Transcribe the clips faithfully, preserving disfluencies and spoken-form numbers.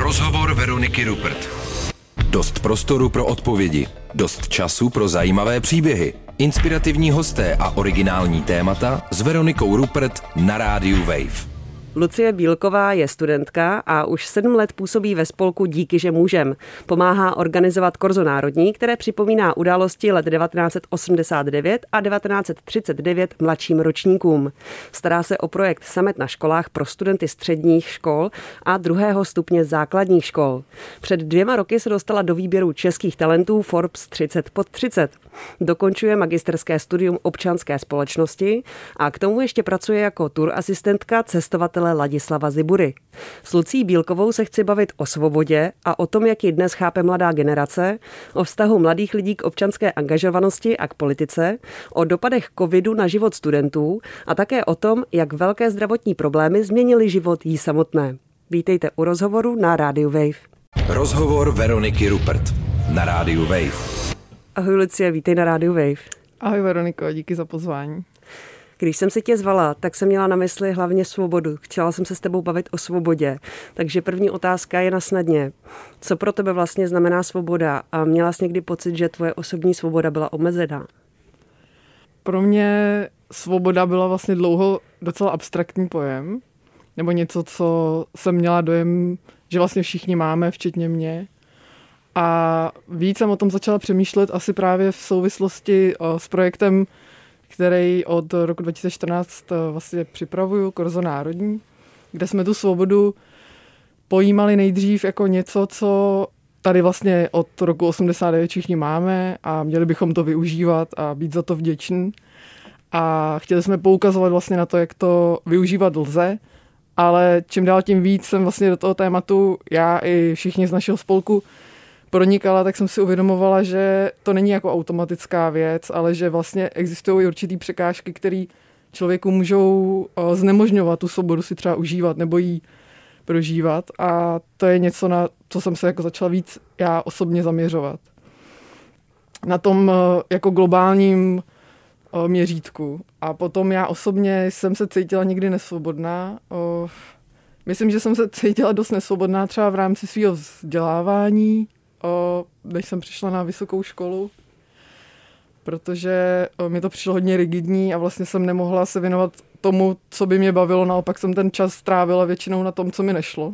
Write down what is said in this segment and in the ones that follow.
Rozhovor Veroniky Rupert. Dost prostoru pro odpovědi, dost času pro zajímavé příběhy, inspirativní hosté a originální témata s Veronikou Rupert na rádiu Wave. Lucie Bílková je studentka a už sedm let působí ve spolku Díky, že můžem. Pomáhá organizovat Korzo národní, které připomíná události let devatenáct osmdesát devět a devatenáct třicet devět mladším ročníkům. Stará se o projekt Summit na školách pro studenty středních škol a druhého stupně základních škol. Před dvěma roky se dostala do výběru českých talentů Forbes třicet pod třicet. Dokončuje magisterské studium občanské společnosti a k tomu ještě pracuje jako tour asistentka cestovatele Ladislava Zibury. S Lucí Bílkovou se chci bavit o svobodě a o tom, jak ji dnes chápe mladá generace, o vztahu mladých lidí k občanské angažovanosti a k politice, o dopadech covidu na život studentů a také o tom, jak velké zdravotní problémy změnily život jí samotné. Vítejte u rozhovoru na rádiu Wave. Rozhovor Veroniky Rupert na rádiu Wave. Ahoj Lucie, vítej na rádiu Wave. Ahoj Veroniko, díky za pozvání. Když jsem si tě zvala, tak jsem měla na mysli hlavně svobodu. Chtěla jsem se s tebou bavit o svobodě. Takže první otázka je na snadně. Co pro tebe vlastně znamená svoboda? A měla jsi někdy pocit, že tvoje osobní svoboda byla omezená? Pro mě svoboda byla vlastně dlouho docela abstraktní pojem. Nebo něco, co jsem měla dojem, že vlastně všichni máme, včetně mě. A víc jsem o tom začala přemýšlet asi právě v souvislosti s projektem, který od roku dva tisíce čtrnáct vlastně připravuju, Korzo národní, kde jsme tu svobodu pojímali nejdřív jako něco, co tady vlastně od roku osmdesát devět všichni máme a měli bychom to využívat a být za to vděční. A chtěli jsme poukazovat vlastně na to, jak to využívat lze, ale čím dál tím víc jsem vlastně do toho tématu, já i všichni z našeho spolku, pronikala, tak jsem si uvědomovala, že to není jako automatická věc, ale že vlastně existují i určitý překážky, které člověku můžou znemožňovat tu svobodu si třeba užívat nebo jí prožívat. A to je něco, na co jsem se jako začala víc já osobně zaměřovat. Na tom jako globálním měřítku. A potom já osobně jsem se cítila někdy nesvobodná. Myslím, že jsem se cítila dost nesvobodná třeba v rámci svého vzdělávání, než jsem přišla na vysokou školu, protože mi to přišlo hodně rigidní a vlastně jsem nemohla se věnovat tomu, co by mě bavilo, naopak jsem ten čas strávila většinou na tom, co mi nešlo.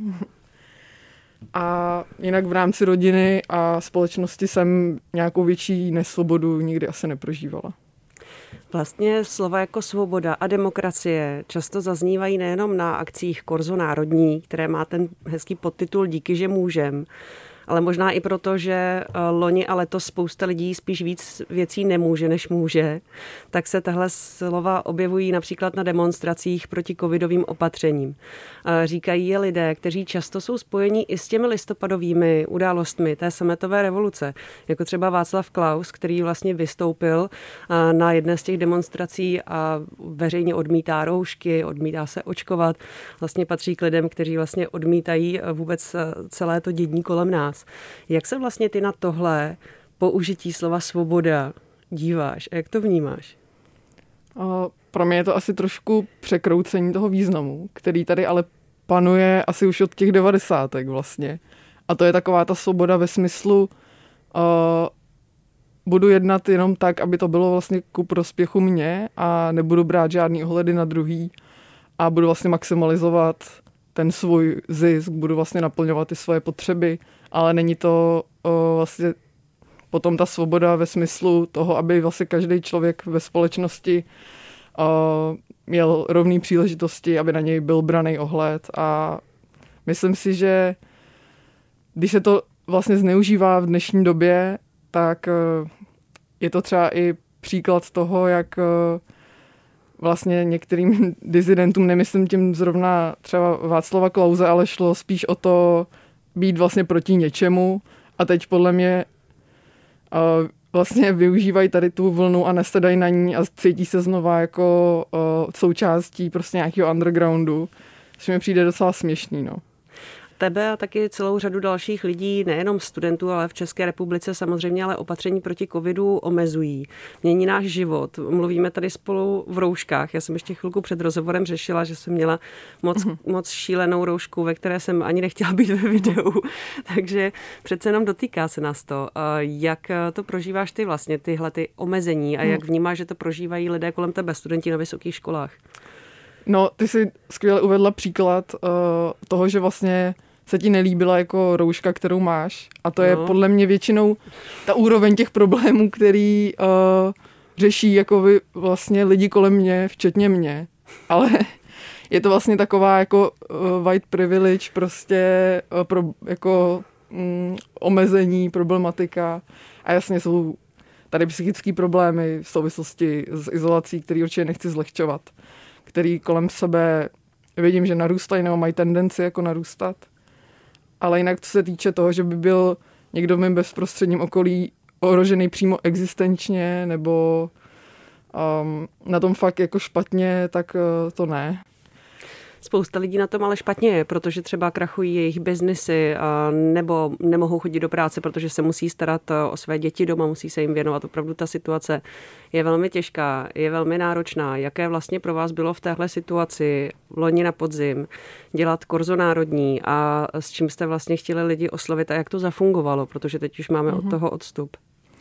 A jinak v rámci rodiny a společnosti jsem nějakou větší nesvobodu nikdy asi neprožívala. Vlastně slova jako svoboda a demokracie často zaznívají nejenom na akcích Korzo národní, které má ten hezký podtitul Díky, že můžem, ale možná i proto, že loni a letos spousta lidí spíš víc věcí nemůže, než může, tak se tahle slova objevují například na demonstracích proti covidovým opatřením. Říkají je lidé, kteří často jsou spojení i s těmi listopadovými událostmi té sametové revoluce, jako třeba Václav Klaus, který vlastně vystoupil na jedné z těch demonstrací a veřejně odmítá roušky, odmítá se očkovat, vlastně patří k lidem, kteří vlastně odmítají vůbec celé to dění kolem nás. Jak se vlastně ty na tohle použití slova svoboda díváš a jak to vnímáš? Pro mě je to asi trošku překroucení toho významu, který tady ale panuje asi už od těch devadesátek vlastně. A to je taková ta svoboda ve smyslu uh, budu jednat jenom tak, aby to bylo vlastně ku prospěchu mě a nebudu brát žádný ohledy na druhý a budu vlastně maximalizovat ten svůj zisk, budu vlastně naplňovat ty svoje potřeby, ale není to o, vlastně potom ta svoboda ve smyslu toho, aby vlastně každý člověk ve společnosti o, měl rovné příležitosti, aby na něj byl braný ohled. A myslím si, že když se to vlastně zneužívá v dnešní době, tak o, je to třeba i příklad toho, jak o, vlastně některým disidentům, nemyslím tím zrovna třeba Václava Klause, ale šlo spíš o to být vlastně proti něčemu a teď podle mě uh, vlastně využívají tady tu vlnu a nesedají na ní a cítí se znova jako uh, součástí prostě nějakého undergroundu, což mi přijde docela směšný, no. Tebe a taky celou řadu dalších lidí, nejenom studentů, ale v České republice samozřejmě, ale opatření proti covidu omezují. Mění náš život. Mluvíme tady spolu v rouškách. Já jsem ještě chvilku před rozhovorem řešila, že jsem měla moc, mm-hmm. moc šílenou roušku, ve které jsem ani nechtěla být ve videu. Takže přece jenom dotýká se nás to. Jak to prožíváš ty vlastně, tyhle ty omezení a jak vnímáš, že to prožívají lidé kolem tebe, studenti na vysokých školách? No, ty jsi skvěle uvedla příklad uh, toho, že vlastně se ti nelíbila jako rouška, kterou máš. A to no. je podle mě většinou ta úroveň těch problémů, který uh, řeší jako vy, vlastně lidi kolem mě, včetně mě. Ale je to vlastně taková jako uh, white privilege, prostě uh, pro, jako um, omezení, problematika. A jasně jsou tady psychické problémy v souvislosti s izolací, který určitě nechci zlehčovat, který kolem sebe vidím, že narůstají nebo mají tendenci jako narůstat. Ale jinak, co se týče toho, že by byl někdo v mém bezprostředním okolí ohrožený přímo existenčně nebo um, na tom fakt jako špatně, tak uh, to ne. Spousta lidí na tom ale špatně je, protože třeba krachují jejich biznisy nebo nemohou chodit do práce, protože se musí starat o své děti doma, musí se jim věnovat. Opravdu ta situace je velmi těžká, je velmi náročná. Jaké vlastně pro vás bylo v téhle situaci loni na podzim dělat Korzo národní a s čím jste vlastně chtěli lidi oslovit a jak to zafungovalo, protože teď už máme mm-hmm. od toho odstup?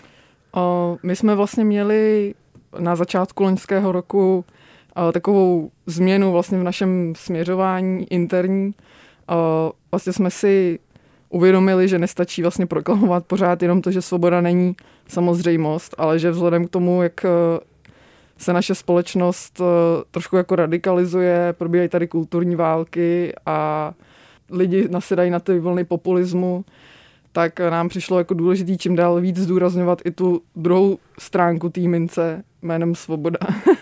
O, my jsme vlastně měli na začátku loňského roku takovou změnu vlastně v našem směřování interní. Vlastně jsme si uvědomili, že nestačí vlastně proklamovat pořád jenom to, že svoboda není samozřejmost, ale že vzhledem k tomu, jak se naše společnost trošku jako radikalizuje, probíhají tady kulturní války a lidi nasedají na ty vlny populismu, tak nám přišlo jako důležitý čím dál víc zdůrazňovat i tu druhou stránku té mince jménem svoboda.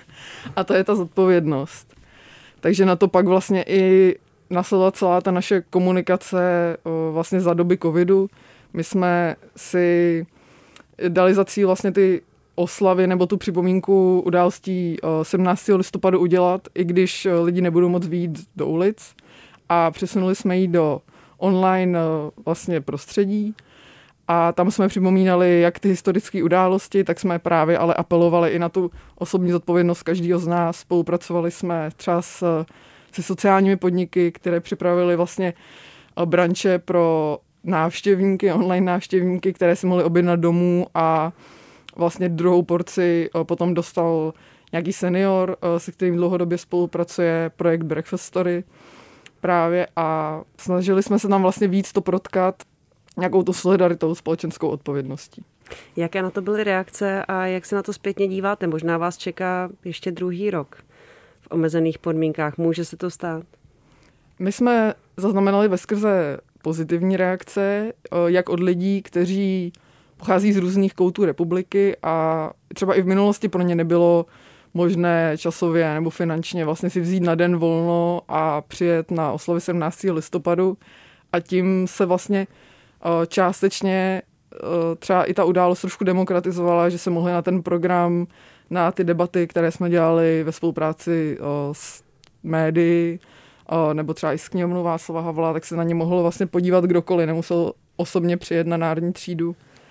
A to je ta zodpovědnost. Takže na to pak vlastně i nasedla celá ta naše komunikace vlastně za doby covidu. My jsme si dali za cíl vlastně ty oslavy nebo tu připomínku událostí sedmnáctého listopadu udělat, i když lidi nebudou moc vyjít do ulic. A přesunuli jsme ji do online vlastně prostředí. A tam jsme připomínali jak ty historické události, tak jsme právě ale apelovali i na tu osobní zodpovědnost každého z nás. Spolupracovali jsme třeba s, se sociálními podniky, které připravili vlastně branče pro návštěvníky, online návštěvníky, které si mohli objednat domů a vlastně druhou porci potom dostal nějaký senior, se kterým dlouhodobě spolupracuje projekt Breakfast Story právě a snažili jsme se tam vlastně víc to protkat nějakou tu solidaritou, společenskou odpovědností. Jaké na to byly reakce a jak se na to zpětně díváte? Možná vás čeká ještě druhý rok v omezených podmínkách. Může se to stát? My jsme zaznamenali veskrze pozitivní reakce, jak od lidí, kteří pochází z různých koutů republiky a třeba i v minulosti pro ně nebylo možné časově nebo finančně vlastně si vzít na den volno a přijet na oslavy sedmnáctého listopadu a tím se vlastně částečně třeba i ta událost trošku demokratizovala, že se mohli na ten program, na ty debaty, které jsme dělali ve spolupráci s médií, nebo třeba i s knihovnou Václava Havla, tak se na ně mohl vlastně podívat kdokoliv, nemusel osobně přijet na Národní třídu.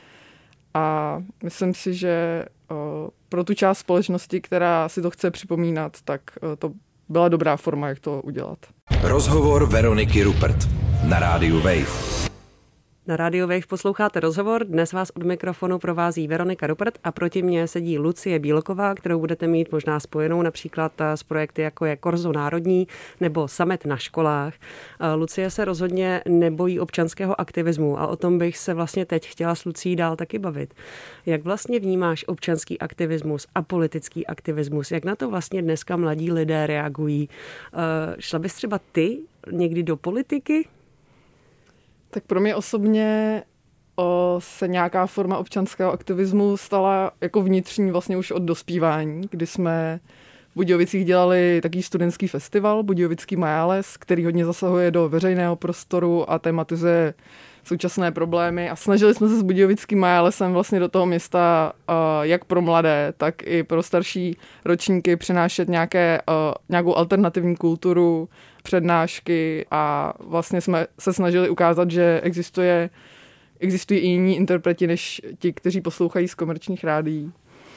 A myslím si, že pro tu část společnosti, která si to chce připomínat, tak to byla dobrá forma, jak to udělat. Rozhovor Veroniky Rupert na rádiu Wave. Na rádiu Wave posloucháte rozhovor. Dnes vás od mikrofonu provází Veronika Rupert a proti mně sedí Lucie Bílková, kterou budete mít možná spojenou například s projekty jako je Korzo národní nebo Summit na školách. Lucie se rozhodně nebojí občanského aktivismu a o tom bych se vlastně teď chtěla s Lucí dál taky bavit. Jak vlastně vnímáš občanský aktivismus a politický aktivismus? Jak na to vlastně dneska mladí lidé reagují? Šla bys třeba ty někdy do politiky? Tak pro mě osobně o, se nějaká forma občanského aktivismu stala jako vnitřní vlastně už od dospívání, kdy jsme Budějovicích dělali takový studentský festival, Budějovický Majáles, který hodně zasahuje do veřejného prostoru a tematizuje současné problémy. A snažili jsme se s Budějovickým Majálesem vlastně do toho města uh, jak pro mladé, tak i pro starší ročníky přinášet nějaké, uh, nějakou alternativní kulturu, přednášky a vlastně jsme se snažili ukázat, že existuje, existují i jiní interpreti než ti, kteří poslouchají z komerčních rádií.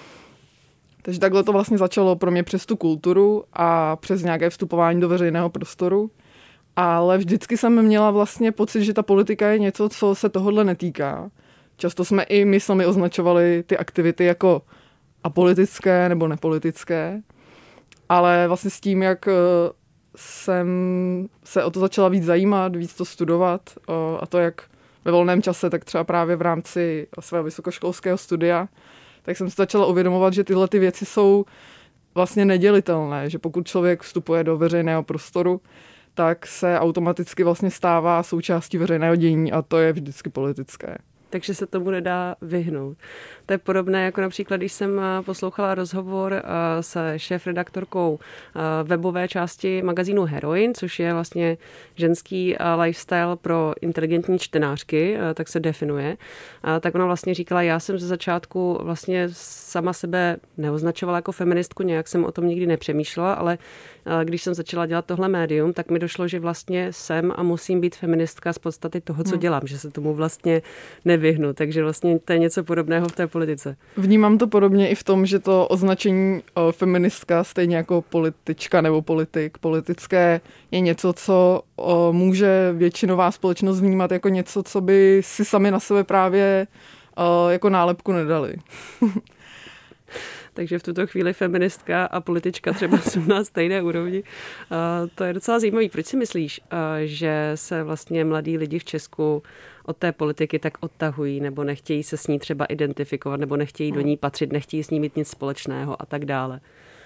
Takže takhle to vlastně začalo pro mě přes tu kulturu a přes nějaké vstupování do veřejného prostoru. Ale vždycky jsem měla vlastně pocit, že ta politika je něco, co se tohodle netýká. Často jsme i my sami označovali ty aktivity jako apolitické nebo nepolitické. Ale vlastně s tím, jak jsem se o to začala víc zajímat, víc to studovat, a to jak ve volném čase, tak třeba právě v rámci svého vysokoškolského studia, tak jsem se začala uvědomovat, že tyhle ty věci jsou vlastně nedělitelné, že pokud člověk vstupuje do veřejného prostoru, tak se automaticky vlastně stává součástí veřejného dění a to je vždycky politické. Takže se tomu nedá vyhnout. To je podobné, jako například, když jsem poslouchala rozhovor se šéfredaktorkou webové části magazínu Heroin, což je vlastně ženský lifestyle pro inteligentní čtenářky, tak se definuje. Tak ona vlastně říkala, já jsem ze začátku vlastně sama sebe neoznačovala jako feministku, nějak jsem o tom nikdy nepřemýšlela, ale když jsem začala dělat tohle médium, tak mi došlo, že vlastně jsem a musím být feministka z podstaty toho, co dělám, že se tomu vlastně nevyhnu. Takže vlastně to je něco podobného v té politice. Vnímám to podobně i v tom, že to označení o, feministka, stejně jako politička nebo politik, politické, je něco, co o, může většinová společnost vnímat jako něco, co by si sami na sebe právě o, jako nálepku nedali. Takže v tuto chvíli feministka a politička třeba jsou na stejné úrovni. To je docela zajímavý. Proč si myslíš, že se vlastně mladí lidi v Česku od té politiky tak odtahují, nebo nechtějí se s ní třeba identifikovat, nebo nechtějí do ní patřit, nechtějí s ní mít nic společného a tak dále?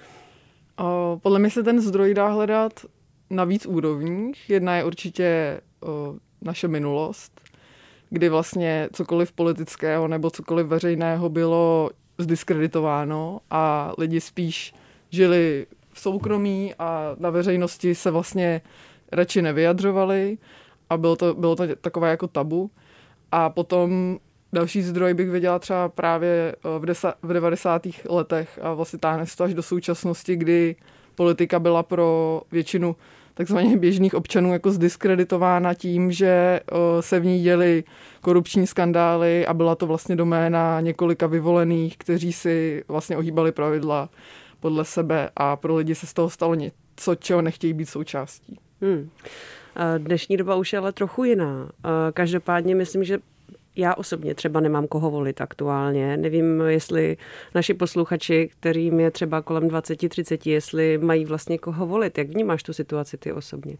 Podle mě se ten zdroj dá hledat na víc úrovních. Jedna je určitě naše minulost, kdy vlastně cokoliv politického nebo cokoliv veřejného bylo zdiskreditováno a lidi spíš žili v soukromí a na veřejnosti se vlastně radši nevyjadřovali a bylo to, bylo to takové jako tabu. A potom další zdroj bych viděla třeba právě v, desa, v devadesátých letech a vlastně táhne se to až do současnosti, kdy politika byla pro většinu takzvaně běžných občanů jako zdiskreditována tím, že se v ní děly korupční skandály a byla to vlastně doména několika vyvolených, kteří si vlastně ohýbali pravidla podle sebe a pro lidi se z toho stalo něco, čeho nechtějí být součástí. Hmm. Dnešní doba už je ale trochu jiná. Každopádně myslím, že já osobně třeba nemám koho volit aktuálně. Nevím, jestli naši posluchači, kterým je třeba kolem dvacet třicet, jestli mají vlastně koho volit. Jak vnímáš tu situaci ty osobně?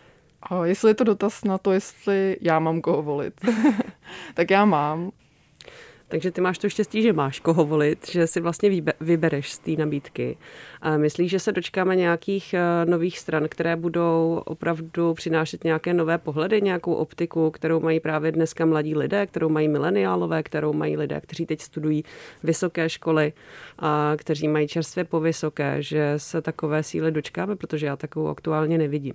A jestli je to dotaz na to, jestli já mám koho volit, tak já mám. Takže ty máš to štěstí, že máš koho volit, že si vlastně vybereš z té nabídky. A myslíš, že se dočkáme nějakých nových stran, které budou opravdu přinášet nějaké nové pohledy, nějakou optiku, kterou mají právě dneska mladí lidé, kterou mají mileniálové, kterou mají lidé, kteří teď studují vysoké školy, a kteří mají čerstvě po vysoké, že se takové síly dočkáme, protože já takovou aktuálně nevidím.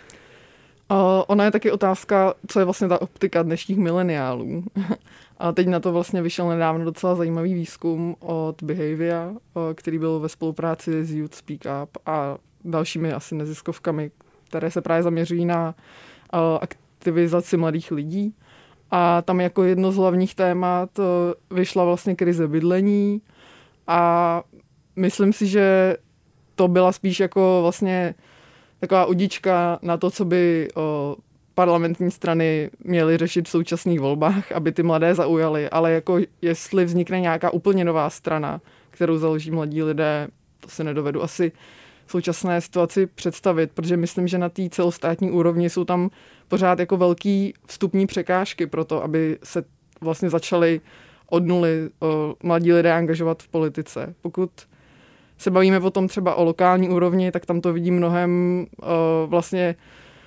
Uh, ona je taky otázka, co je vlastně ta optika dnešních mileniálů. A teď na to vlastně vyšel nedávno docela zajímavý výzkum od Behavia, uh, který byl ve spolupráci s Youth Speak Up a dalšími asi neziskovkami, které se právě zaměřují na uh, aktivizaci mladých lidí. A tam jako jedno z hlavních témat uh, vyšla vlastně krize bydlení a myslím si, že to byla spíš jako vlastně taková udička na to, co by o, parlamentní strany měly řešit v současných volbách, aby ty mladé zaujaly. Ale jako jestli vznikne nějaká úplně nová strana, kterou založí mladí lidé, to si nedovedu asi v současné situaci představit, protože myslím, že na té celostátní úrovni jsou tam pořád jako velký vstupní překážky pro to, aby se vlastně začali od nuly o, mladí lidé angažovat v politice. Pokud se bavíme potom třeba o lokální úrovni, tak tam to vidím mnohem uh, vlastně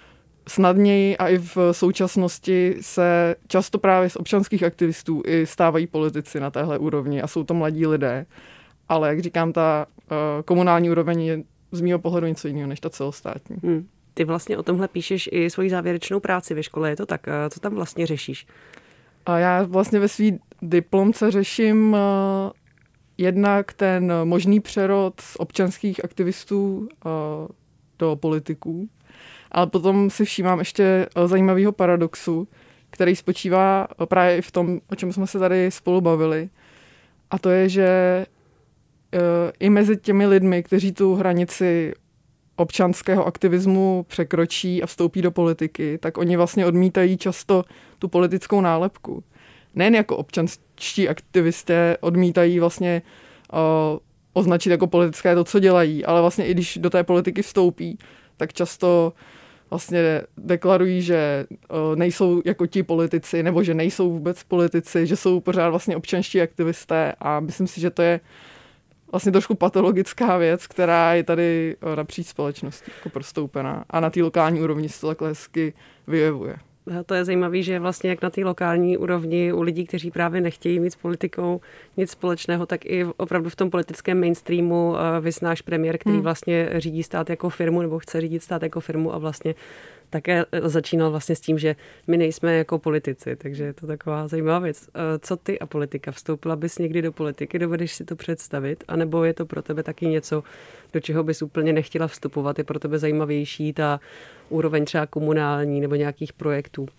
snadněji a i v současnosti se často právě z občanských aktivistů i stávají politici na téhle úrovni a jsou to mladí lidé. Ale jak říkám, ta uh, komunální úroveň je z mýho pohledu něco jiného než ta celostátní. Hmm. Ty vlastně o tomhle píšeš i svoji závěrečnou práci ve škole, je to tak? Co tam vlastně řešíš? A já vlastně ve svý diplomce řeším uh, jednak ten možný přerod z občanských aktivistů uh, do politiků, ale potom si všímám ještě uh, zajímavého paradoxu, který spočívá uh, právě i v tom, o čem jsme se tady spolu bavili. A to je, že uh, i mezi těmi lidmi, kteří tu hranici občanského aktivismu překročí a vstoupí do politiky, tak oni vlastně odmítají často tu politickou nálepku. Nejen jako občanští aktivisté odmítají vlastně uh, označit jako politické to, co dělají, ale vlastně i když do té politiky vstoupí, tak často vlastně deklarují, že uh, nejsou jako ti politici, nebo že nejsou vůbec politici, že jsou pořád vlastně občanští aktivisté a myslím si, že to je vlastně trošku patologická věc, která je tady napříč společností jako prostoupená a na té lokální úrovni se to takhle hezky vyjevuje. To je zajímavé, že vlastně jak na té lokální úrovni u lidí, kteří právě nechtějí mít s politikou nic společného, tak i opravdu v tom politickém mainstreamu vysnáš premiér, který vlastně řídí stát jako firmu nebo chce řídit stát jako firmu a vlastně také začínal vlastně s tím, že my nejsme jako politici, takže je to taková zajímavá věc. Co ty a politika? Vstoupila bys někdy do politiky? Dovedeš si to představit? A nebo je to pro tebe taky něco, do čeho bys úplně nechtěla vstupovat? Je pro tebe zajímavější ta úroveň třeba komunální nebo nějakých projektů?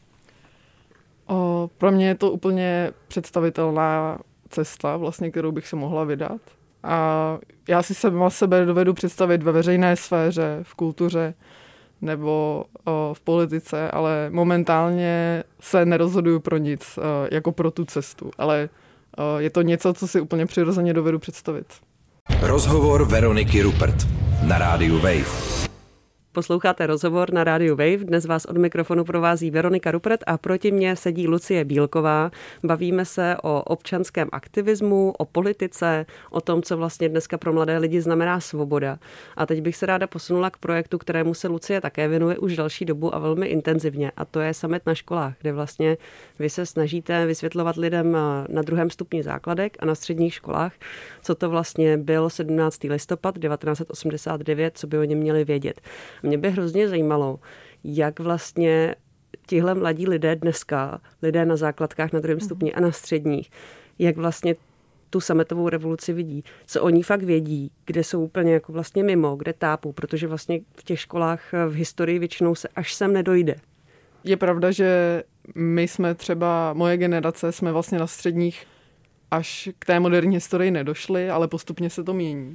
O, pro mě je to úplně představitelná cesta, vlastně, kterou bych se mohla vydat. A já si sama sebe dovedu představit ve veřejné sféře, v kultuře, nebo o, v politice, ale momentálně se nerozhoduju pro nic, o, jako pro tu cestu. Ale o, je to něco, co si úplně přirozeně dovedu představit. Rozhovor Veroniky Rupert na rádiu Wave. Posloucháte rozhovor na rádiu Wave. Dnes vás od mikrofonu provází Veronika Rupert a proti mně sedí Lucie Bílková. Bavíme se o občanském aktivismu, o politice, o tom, co vlastně dneska pro mladé lidi znamená svoboda. A teď bych se ráda posunula k projektu, kterému se Lucie také věnuje už další dobu a velmi intenzivně. A to je Summit na školách, kde vlastně vy se snažíte vysvětlovat lidem na druhém stupni základek a na středních školách, co to vlastně byl sedmnáctého listopadu devatenáct set osmdesát devět, co by o něm měli vědět. Mě by hrozně zajímalo, jak vlastně tihle mladí lidé dneska, lidé na základkách na druhém stupni a na středních, jak vlastně tu sametovou revoluci vidí, co oni fakt vědí, kde jsou úplně jako vlastně mimo, kde tápou, protože vlastně v těch školách v historii většinou se až sem nedojde. Je pravda, že my jsme třeba, moje generace, jsme vlastně na středních až k té moderní historii nedošli, ale postupně se to mění.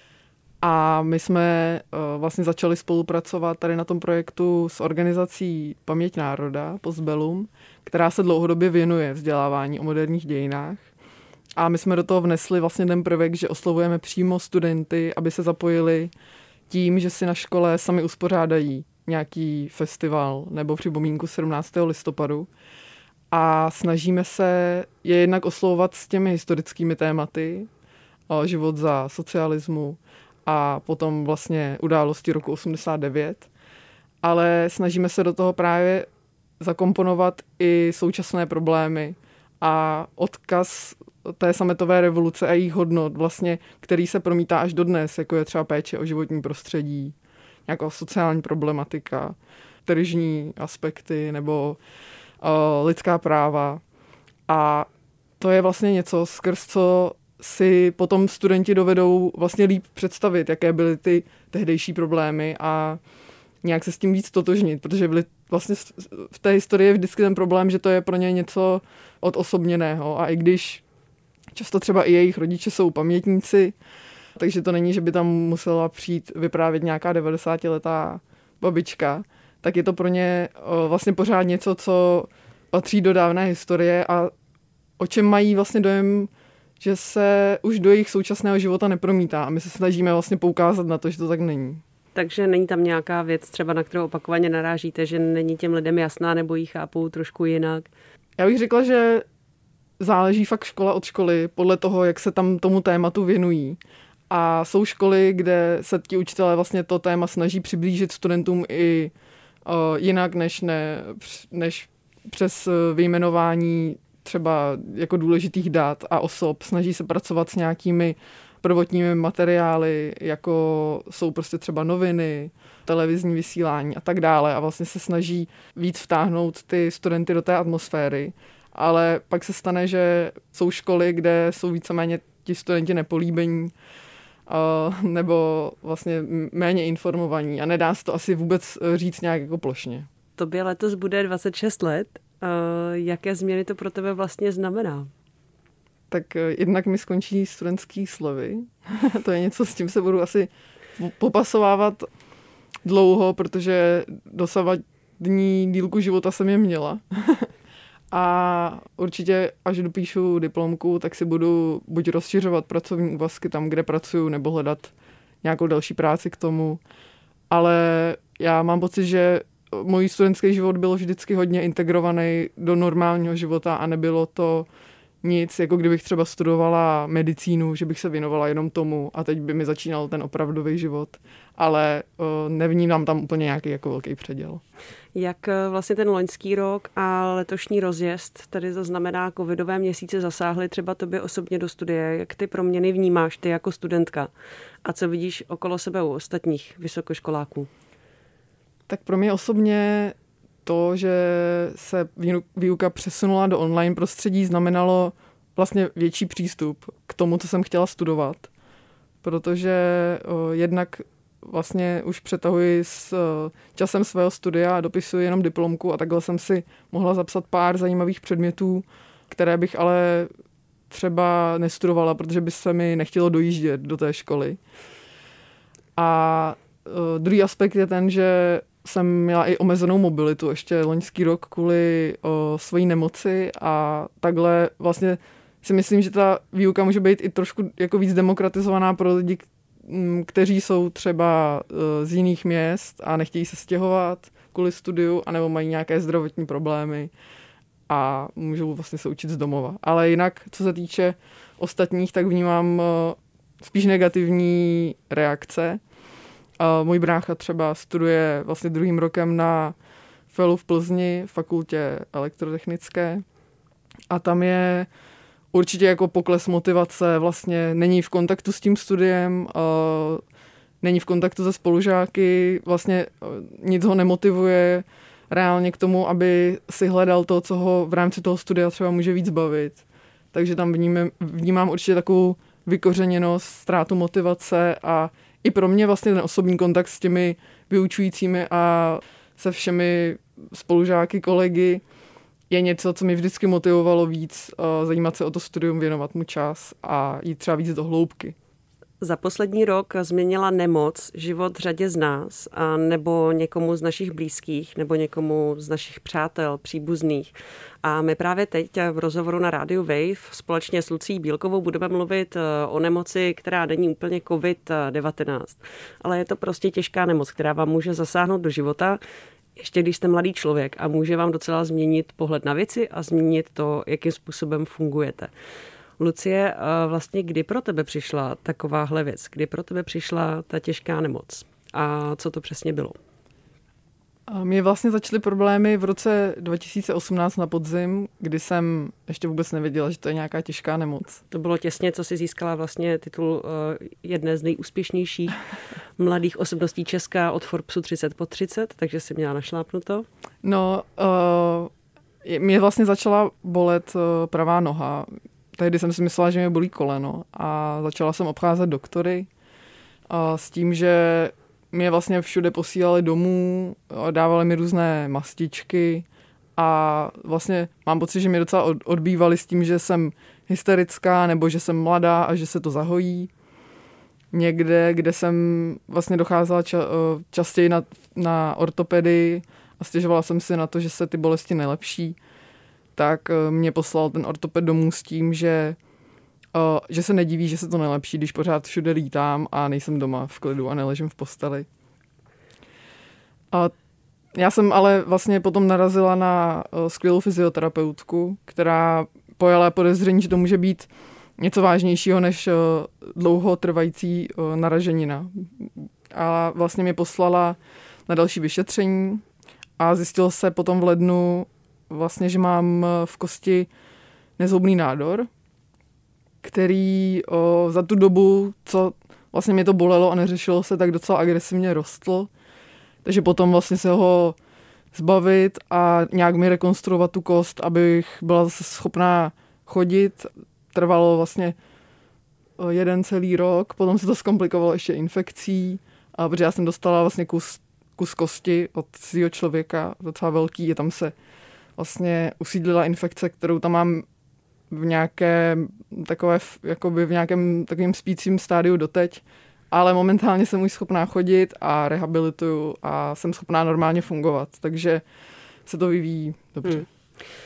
A my jsme uh, vlastně začali spolupracovat tady na tom projektu s organizací Paměť národa, Postbellum, která se dlouhodobě věnuje vzdělávání o moderních dějinách. A my jsme do toho vnesli vlastně ten prvek, že oslovujeme přímo studenty, aby se zapojili tím, že si na škole sami uspořádají nějaký festival nebo připomínku sedmnáctého listopadu. A snažíme se je jednak oslovovat s těmi historickými tématy, uh, život za socialismu, a potom vlastně události roku osmdesát devět, ale snažíme se do toho právě zakomponovat i současné problémy a odkaz té sametové revoluce a jejich hodnot, vlastně, který se promítá až dodnes, jako je třeba péče o životní prostředí, nějaká sociální problematika, tržní aspekty nebo uh, lidská práva. A to je vlastně něco, skrz co si potom studenti dovedou vlastně líp představit, jaké byly ty tehdejší problémy a nějak se s tím víc totožnit, protože byly vlastně v té historii je vždycky ten problém, že to je pro ně něco odosobněného a i když často třeba i jejich rodiče jsou pamětníci, takže to není, že by tam musela přijít vyprávět nějaká devadesátiletá babička, tak je to pro ně vlastně pořád něco, co patří do dávné historie a o čem mají vlastně dojem, že se už do jejich současného života nepromítá a my se snažíme vlastně poukázat na to, že to tak není. Takže není tam nějaká věc třeba, na kterou opakovaně narážíte, že není těm lidem jasná nebo ji chápou trošku jinak? Já bych řekla, že záleží fakt škola od školy podle toho, jak se tam tomu tématu věnují. A jsou školy, kde se ti učitelé vlastně to téma snaží přiblížit studentům i uh, jinak, než, ne, než přes vyjmenování třeba jako důležitých dat a osob. Snaží se pracovat s nějakými prvotními materiály, jako jsou prostě třeba noviny, televizní vysílání a tak dále a vlastně se snaží víc vtáhnout ty studenty do té atmosféry. Ale pak se stane, že jsou školy, kde jsou víceméně ti studenti nepolíbení uh, nebo vlastně méně informovaní a nedá se to asi vůbec říct nějak jako plošně. Tobě letos bude dvacet šest let. Uh, jaké změny to pro tebe vlastně znamená? Tak uh, jednak mi skončí studentský slevy. To je něco, s tím se budu asi popasovávat dlouho, protože dosavadní dílku života jsem je měla. A určitě, až dopíšu diplomku, tak si budu buď rozšiřovat pracovní úvazky tam, kde pracuju, nebo hledat nějakou další práci k tomu. Ale já mám pocit, že můj studentský život byl vždycky hodně integrovaný do normálního života a nebylo to nic, jako kdybych třeba studovala medicínu, že bych se věnovala jenom tomu a teď by mi začínal ten opravdový život. Ale uh, nevnímám tam úplně nějaký jako velký předěl. Jak vlastně ten loňský rok a letošní rozjezd, tady to znamená covidové měsíce, zasáhly třeba tobě osobně do studie? Jak ty proměny vnímáš ty jako studentka? A co vidíš okolo sebe u ostatních vysokoškoláků? Tak pro mě osobně to, že se výuka přesunula do online prostředí, znamenalo vlastně větší přístup k tomu, co jsem chtěla studovat. Protože o, jednak vlastně už přetahuji s o, časem svého studia a dopisuji jenom diplomku a takhle jsem si mohla zapsat pár zajímavých předmětů, které bych ale třeba nestudovala, protože by se mi nechtělo dojíždět do té školy. A o, druhý aspekt je ten, že jsem měla i omezenou mobilitu ještě loňský rok kvůli o, svojí nemoci a takhle vlastně si myslím, že ta výuka může být i trošku jako víc demokratizovaná pro lidi, kteří jsou třeba o, z jiných měst a nechtějí se stěhovat kvůli studiu, anebo mají nějaké zdravotní problémy a můžou vlastně se učit z domova. Ale jinak, co se týče ostatních, tak vnímám o, spíš negativní reakce. Uh, můj brácha třeba studuje vlastně druhým rokem na FELu v Plzni, fakultě elektrotechnické a tam je určitě jako pokles motivace, vlastně není v kontaktu s tím studiem, uh, není v kontaktu se spolužáky, vlastně uh, nic ho nemotivuje reálně k tomu, aby si hledal to, co ho v rámci toho studia třeba může víc bavit. Takže tam vnímám, vnímám určitě takovou vykořeněnost, ztrátu motivace a i pro mě vlastně ten osobní kontakt s těmi vyučujícími a se všemi spolužáky, kolegy je něco, co mi vždycky motivovalo víc uh, zajímat se o to studium, věnovat mu čas a jít třeba víc do hloubky. Za poslední rok změnila nemoc život řadě z nás, a nebo někomu z našich blízkých, nebo někomu z našich přátel, příbuzných. A my právě teď v rozhovoru na rádiu Wave společně s Lucí Bílkovou budeme mluvit o nemoci, která není úplně covid devatenáct, ale je to prostě těžká nemoc, která vám může zasáhnout do života, ještě když jste mladý člověk a může vám docela změnit pohled na věci a změnit to, jakým způsobem fungujete. Lucie, vlastně kdy pro tebe přišla takováhle věc? Kdy pro tebe přišla ta těžká nemoc? A co to přesně bylo? Mně vlastně začaly problémy v roce dva tisíce osmnáct na podzim, kdy jsem ještě vůbec nevěděla, že to je nějaká těžká nemoc. To bylo těsně, co si získala vlastně titul jedné z nejúspěšnějších mladých osobností Česka od Forbesu třicet po třicet, takže si měla našlápnuto. No, uh, mě vlastně začala bolet uh, pravá noha. Tehdy jsem si myslela, že mě bolí koleno a začala jsem obcházet doktory a s tím, že mě vlastně všude posílali domů, dávali mi různé mastičky a vlastně mám pocit, že mě docela odbývali s tím, že jsem hysterická nebo že jsem mladá a že se to zahojí. Někde, kde jsem vlastně docházela ča- častěji na, na ortopedii a stěžovala jsem si na to, že se ty bolesti nelepší, tak mě poslal ten ortoped domů s tím, že, uh, že se nediví, že se to nelepší, když pořád všude lítám a nejsem doma v klidu a neležím v posteli. A já jsem ale vlastně potom narazila na uh, skvělou fyzioterapeutku, která pojala podezření, že to může být něco vážnějšího než uh, dlouhotrvající uh, naraženina. A vlastně mě poslala na další vyšetření a zjistilo se potom v lednu vlastně, že mám v kosti nezhoubný nádor který o, za tu dobu, co vlastně mě to bolelo a neřešilo se, tak docela agresivně rostl. Takže potom vlastně se ho zbavit a nějak mi rekonstruovat tu kost, abych byla zase schopná chodit. Trvalo vlastně jeden celý rok, potom se to zkomplikovalo ještě infekcí, a protože já jsem dostala vlastně kus, kus kosti od cizího člověka, docela velký, je tam se vlastně usídlila infekce, kterou tam mám v nějakém takové, jakoby v nějakém takovém spícím stádiu doteď, ale momentálně jsem už schopná chodit a rehabilituju a jsem schopná normálně fungovat, takže se to vyvíjí dobře. Hmm.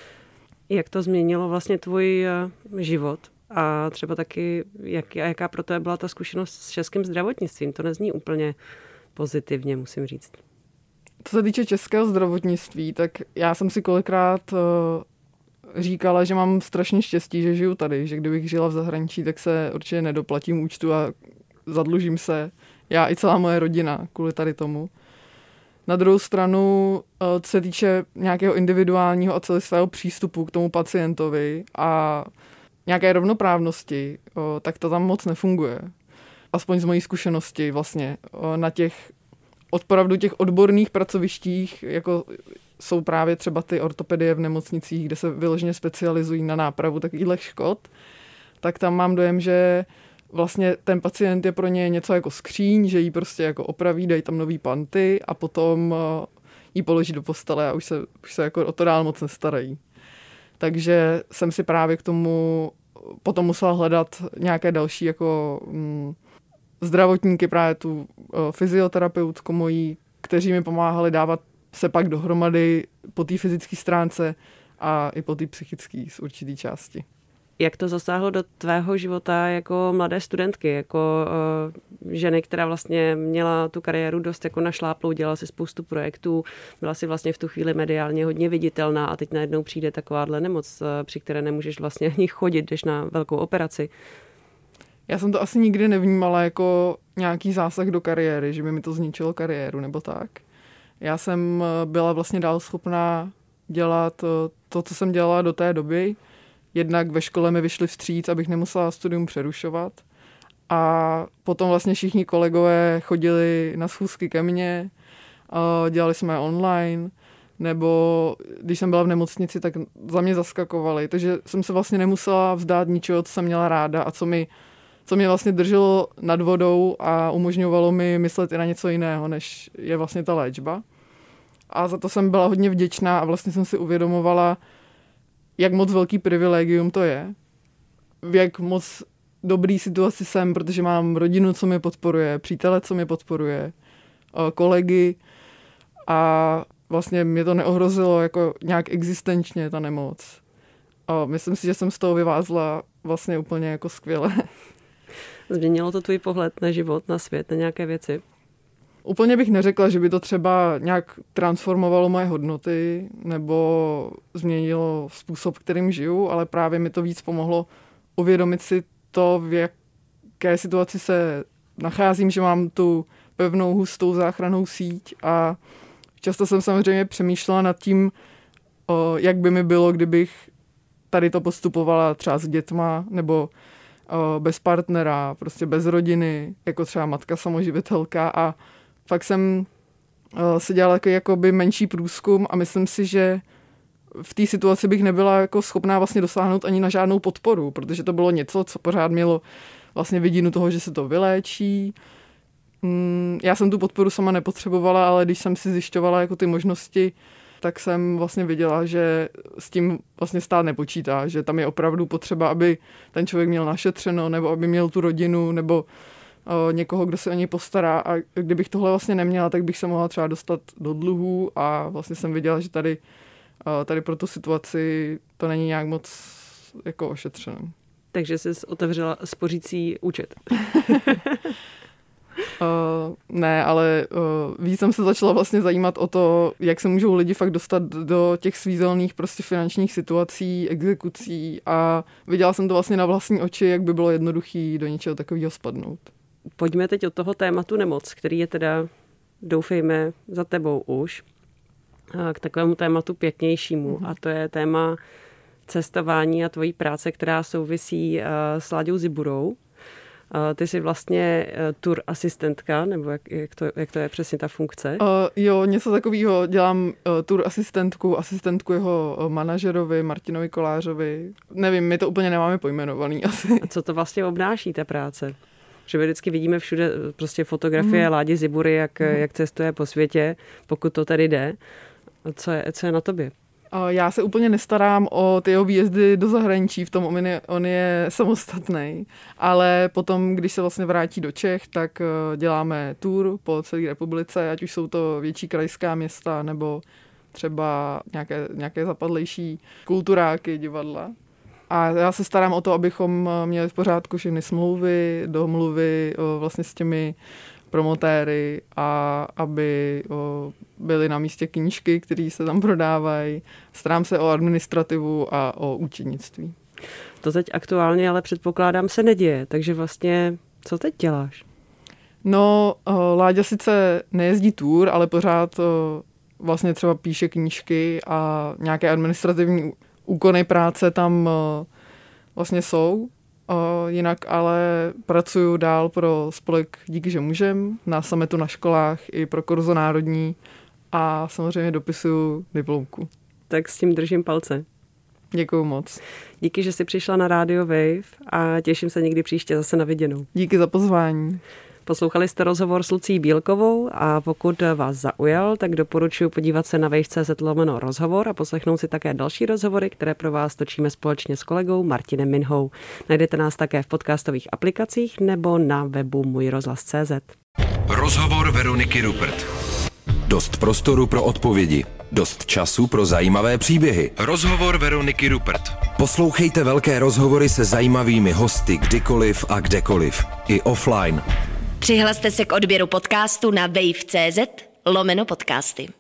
Jak to změnilo vlastně tvůj život a třeba taky, jak, jaká pro tebe byla ta zkušenost s českým zdravotnictvím? To nezní úplně pozitivně, musím říct. Co se týče českého zdravotnictví, tak já jsem si kolikrát uh, říkala, že mám strašně štěstí, že žiju tady, že kdybych žila v zahraničí, tak se určitě nedoplatím účtu a zadlužím se. Já i celá moje rodina kvůli tady tomu. Na druhou stranu, co se týče nějakého individuálního a celého přístupu k tomu pacientovi a nějaké rovnoprávnosti, tak to tam moc nefunguje. Aspoň z mojí zkušenosti vlastně. Na těch opravdu těch odborných pracovištích, jako jsou právě třeba ty ortopedie v nemocnicích, kde se vyloženě specializují na nápravu takových škod, tak tam mám dojem, že vlastně ten pacient je pro ně něco jako skříň, že jí prostě jako opraví, dají tam nový panty a potom jí položí do postele a už se, už se jako o to dál moc nestarají. Takže jsem si právě k tomu potom musela hledat nějaké další jako mm, zdravotníky, právě tu uh, fyzioterapeutku mojí, kteří mi pomáhali dávat se pak dohromady po té fyzické stránce a i po té psychické z určitý části. Jak to zasáhlo do tvého života jako mladé studentky, jako uh, ženy, která vlastně měla tu kariéru dost jako našláplou, dělala si spoustu projektů, byla si vlastně v tu chvíli mediálně hodně viditelná a teď najednou přijde takováhle nemoc, uh, při které nemůžeš vlastně ani chodit, jdeš na velkou operaci. Já jsem to asi nikdy nevnímala jako nějaký zásah do kariéry, že by mi to zničilo kariéru nebo tak. Já jsem byla vlastně dál schopná dělat to, co jsem dělala do té doby. Jednak ve škole mi vyšli vstříc, abych nemusela studium přerušovat. A potom vlastně všichni kolegové chodili na schůzky ke mně, dělali jsme online, nebo když jsem byla v nemocnici, tak za mě zaskakovali. Takže jsem se vlastně nemusela vzdát ničeho, co jsem měla ráda a co mi co mě vlastně drželo nad vodou a umožňovalo mi myslet i na něco jiného, než je vlastně ta léčba. A za to jsem byla hodně vděčná a vlastně jsem si uvědomovala, jak moc velký privilegium to je, v jak moc dobrý situaci jsem, protože mám rodinu, co mě podporuje, přítele, co mě podporuje, kolegy a vlastně mě to neohrozilo jako nějak existenčně ta nemoc. A myslím si, že jsem z toho vyvázla vlastně úplně jako skvěle. Změnilo to tvůj pohled na život, na svět, na nějaké věci? Úplně bych neřekla, že by to třeba nějak transformovalo moje hodnoty nebo změnilo způsob, kterým žiju, ale právě mi to víc pomohlo uvědomit si to, v jaké situaci se nacházím, že mám tu pevnou, hustou záchrannou síť a často jsem samozřejmě přemýšlela nad tím, jak by mi bylo, kdybych tady to postupovala třeba s dětma nebo bez partnera, prostě bez rodiny, jako třeba matka samoživitelka a fakt jsem si dělala jako, jakoby menší průzkum a myslím si, že v té situaci bych nebyla jako schopná vlastně dosáhnout ani na žádnou podporu, protože to bylo něco, co pořád mělo vlastně vidinu toho, že se to vyléčí. Já jsem tu podporu sama nepotřebovala, ale když jsem si zjišťovala jako ty možnosti, tak jsem vlastně viděla, že s tím vlastně stát nepočítá, že tam je opravdu potřeba, aby ten člověk měl našetřeno, nebo aby měl tu rodinu, nebo o, někoho, kdo se o něj postará. A kdybych tohle vlastně neměla, tak bych se mohla třeba dostat do dluhů a vlastně jsem viděla, že tady, o, tady pro tu situaci to není nějak moc jako ošetřeno. Takže jsi otevřela spořící účet. Uh, ne, ale uh, víc jsem se začala vlastně zajímat o to, jak se můžou lidi fakt dostat do těch svízelných prostě finančních situací, exekucí a viděla jsem to vlastně na vlastní oči, jak by bylo jednoduchý do něčeho takového spadnout. Pojďme teď od toho tématu nemoc, který je teda, doufejme, za tebou už, k takovému tématu pěknějšímu mm-hmm. a to je téma cestování a tvojí práce, která souvisí s Láďou Ziburou. Ty jsi vlastně tour asistentka, nebo jak, jak, to, jak to je přesně ta funkce? Uh, jo, něco takového. Dělám uh, tour asistentku, asistentku jeho uh, manažerovi, Martinovi Kolářovi. Nevím, my to úplně nemáme pojmenovaný asi. A co to vlastně obnáší, ta práce? Že my vždycky vidíme všude prostě fotografie mm. Ládi Zibury, jak, mm. jak cestuje po světě, pokud to tady jde. Co je, co je na tobě? Já se úplně nestarám o ty jeho výjezdy do zahraničí, v tom on je, on je samostatný, ale potom, když se vlastně vrátí do Čech, tak děláme tour po celé republice, ať už jsou to větší krajská města, nebo třeba nějaké, nějaké zapadlejší kulturáky, divadla. A já se starám o to, abychom měli v pořádku všechny smlouvy, domluvy vlastně s těmi promotéry a aby o, byly na místě knížky, které se tam prodávají. Starám se o administrativu a o účetnictví. To teď aktuálně, ale předpokládám, se neděje, takže vlastně co teď děláš? No, o, Láďa sice nejezdí tour, ale pořád o, vlastně třeba píše knížky a nějaké administrativní úkony práce tam o, vlastně jsou. O, jinak ale pracuju dál pro spolek Díky, že můžem, na summitu na školách i pro Korzo národní a samozřejmě dopisuju diplomku. Tak s tím držím palce. Děkuju moc. Díky, že jsi přišla na Radio Wave a těším se někdy příště zase na viděnou. Díky za pozvání. Poslouchali jste rozhovor s Lucí Bílkovou a pokud vás zaujal, tak doporučuji podívat se na wave tečka cz lomeno rozhovor a poslechnout si také další rozhovory, které pro vás točíme společně s kolegou Martinem Minhou. Najdete nás také v podcastových aplikacích nebo na webu můj rozhlas tečka cz. Rozhovor Veroniky Rupert. Dost prostoru pro odpovědi. Dost času pro zajímavé příběhy. Rozhovor Veroniky Rupert. Poslouchejte velké rozhovory se zajímavými hosty kdykoliv a kdekoliv. I offline. Přihlaste se k odběru podcastu na wave tečka cz lomeno podcasty.